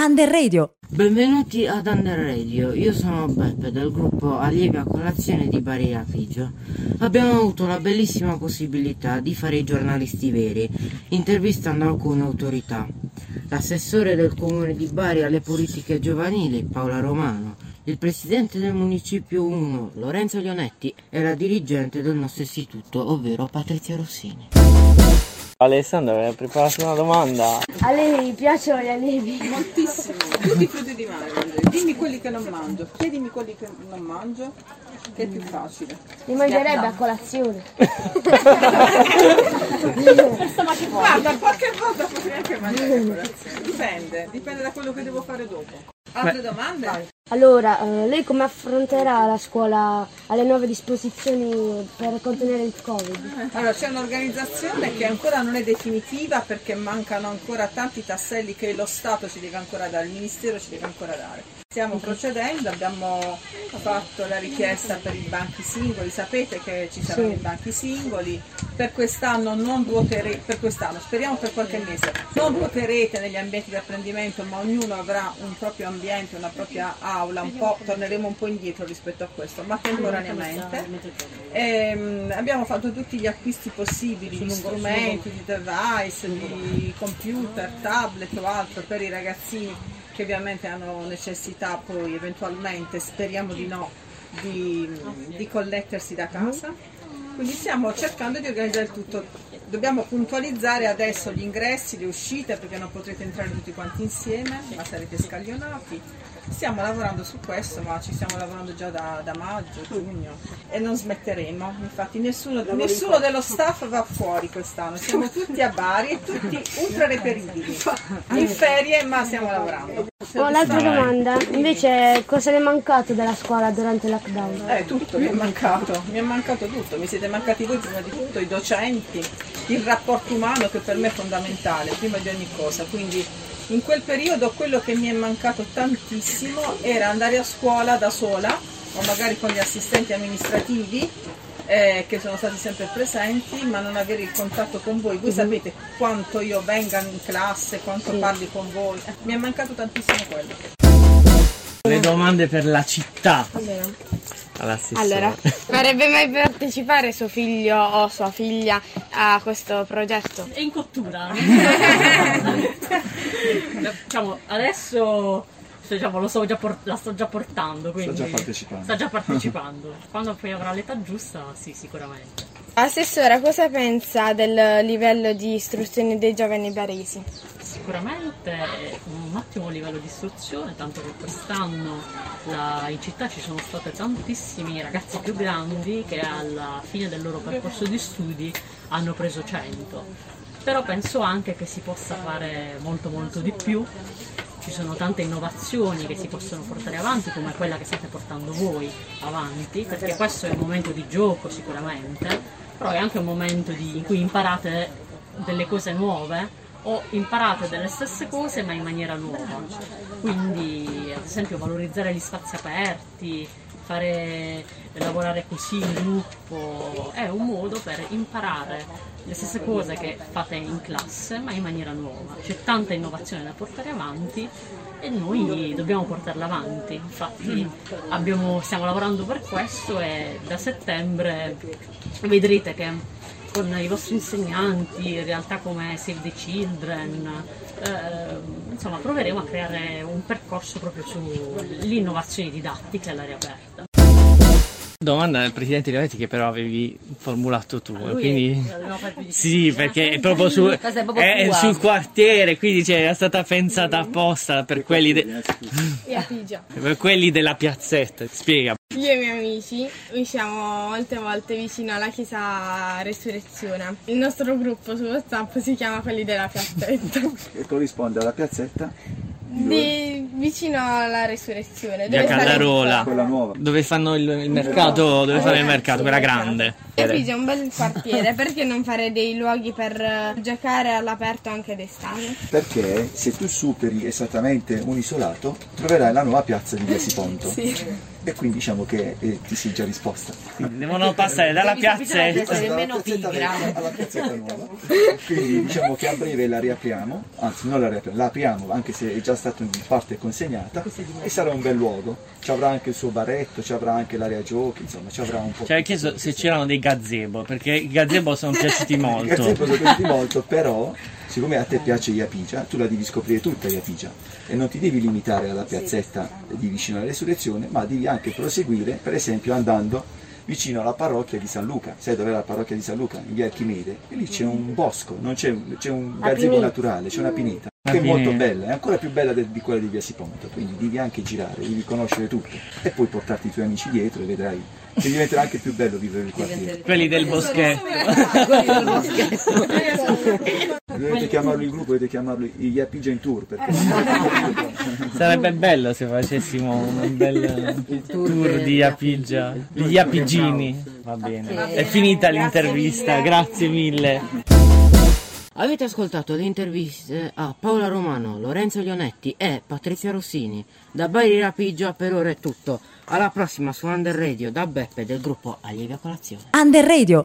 Under Radio. Benvenuti ad Under Radio, io sono Beppe del gruppo Allievi a Colazione di Bari Apigio. Abbiamo avuto la bellissima possibilità di fare i giornalisti veri, intervistando alcune autorità. L'assessore del comune di Bari alle politiche giovanili, Paola Romano, il presidente del municipio 1, Lorenzo Leonetti, e la dirigente del nostro istituto, ovvero Patrizia Rossini. Alessandro, mi ha preparato una domanda. A lei piacciono gli allievi? Moltissimo, tutti i frutti di mare. Dimmi quelli che non mangio, chiedimi quelli che non mangio, che è più facile. Li mangerebbe a colazione. Guarda, qualche volta potrei anche mangiare a colazione. Dipende da quello che devo fare dopo. Altre domande? Vai. Allora, lei come affronterà la scuola alle nuove disposizioni per contenere il Covid? Allora, c'è un'organizzazione che ancora non è definitiva perché mancano ancora tanti tasselli che lo Stato ci deve ancora dare, il Ministero ci deve ancora dare. Stiamo procedendo, abbiamo fatto la richiesta per i banchi singoli, sapete che ci saranno i banchi singoli, per quest'anno non ruoterete, per quest'anno, speriamo per qualche mese, non ruoterete negli ambienti di apprendimento, ma ognuno avrà un proprio ambiente, una propria aula, un po', torneremo un po' indietro rispetto a questo, ma temporaneamente. Abbiamo fatto tutti gli acquisti possibili di strumenti, di device, di computer, tablet o altro per i ragazzini che ovviamente hanno necessità poi eventualmente, speriamo di no, di connettersi da casa. Quindi stiamo cercando di organizzare il tutto. Dobbiamo puntualizzare adesso gli ingressi, le uscite, perché non potrete entrare tutti quanti insieme, ma sarete scaglionati. Stiamo lavorando su questo, ma ci stiamo lavorando già da maggio, giugno e non smetteremo. Infatti nessuno dello staff va fuori quest'anno, siamo tutti a Bari e tutti ultra reperibili, in ferie, ma stiamo lavorando. L'altra domanda, invece cosa le è mancato della scuola durante il lockdown? Tutto mi è mancato tutto, mi siete mancati voi prima di tutto, i docenti, il rapporto umano che per me è fondamentale, prima di ogni cosa, quindi in quel periodo quello che mi è mancato tantissimo era andare a scuola da sola o magari con gli assistenti amministrativi che sono stati sempre presenti, ma non avere il contatto con voi. Voi sapete quanto io venga in classe, quanto parli con voi, mi è mancato tantissimo quello. Le domande per la città. Allora, vorrebbe mai partecipare suo figlio o sua figlia a questo progetto? È in cottura. Diciamo, adesso la sto già portando, quindi sta già partecipando. Quando poi avrà l'età giusta, sì, sicuramente. Assessora, cosa pensa del livello di istruzione dei giovani baresi? Sicuramente un ottimo livello di istruzione, tanto che quest'anno in città ci sono stati tantissimi ragazzi più grandi che alla fine del loro percorso di studi hanno preso 100. Però penso anche che si possa fare molto di più. Ci sono tante innovazioni che si possono portare avanti, come quella che state portando voi avanti, perché questo è un momento di gioco sicuramente, però è anche un momento in cui imparate delle cose nuove o imparate delle stesse cose ma in maniera nuova. Quindi ad esempio valorizzare gli spazi aperti, lavorare così in gruppo è un modo per imparare le stesse cose che fate in classe ma in maniera nuova. C'è tanta innovazione da portare avanti e noi dobbiamo portarla avanti. Infatti stiamo lavorando per questo e da settembre vedrete che con i vostri insegnanti, realtà come Save the Children, insomma proveremo a creare un percorso proprio sull'innovazione didattica all'aria aperta. Domanda al presidente Leonetti che però avevi formulato tu, quindi sì, perché è proprio sul quartiere, quindi è stata pensata apposta per quelli per quelli della piazzetta. Spiega. Io e i miei amici usciamo molte volte vicino alla chiesa Resurrezione. Il nostro gruppo su WhatsApp si chiama Quelli della Piazzetta. E corrisponde alla piazzetta di vicino alla Resurrezione. Via Callarola, Quella nuova. dove fanno il mercato, quella grande. Pigi è un bel quartiere, perché non fare dei luoghi per giocare all'aperto anche d'estate? Perché se tu superi esattamente un isolato, troverai la nuova piazza di Via Siponto. Sì. E quindi diciamo che ti sei già risposta. Devono passare dalla piazzetta alla piazzetta nuova. Quindi diciamo che a breve la riapriamo, anzi non la riapriamo, la apriamo anche se è già stata in parte consegnata e sarà un bel luogo. Ci avrà anche il suo baretto, ci avrà anche l'area giochi, insomma ci avrà un po'. Ci hai chiesto se c'erano dei gazebo, perché i gazebo sono piaciuti molto. I gazebo sono piaciuti molto, però siccome a te piace Iapigia, tu la devi scoprire tutta Iapigia e non ti devi limitare alla piazzetta di vicino alla Resurrezione, ma devi anche proseguire, per esempio andando vicino alla parrocchia di San Luca. Sai dov'è la parrocchia di San Luca? In via Archimede, e lì c'è un bosco, c'è un gazebo naturale, c'è una pineta che è molto bella, è ancora più bella di quella di Via Siponto, quindi devi anche girare, devi conoscere tutto e poi portarti i tuoi amici dietro e vedrai che diventerà anche più bello vivere il quartiere. Quelli del boschetto. Dovete chiamarlo il gruppo, dovete chiamarlo gli Iapigia in tour, perché Sarebbe bello se facessimo un bel tour di Iapigia, gli Iapigini. Va bene, è finita l'intervista, grazie mille. Avete ascoltato le interviste a Paola Romano, Lorenzo Lionetti e Patrizia Rossini. Da Bari Rapigia per ora è tutto. Alla prossima su Under Radio da Beppe del gruppo Allievi a Colazione. Under Radio,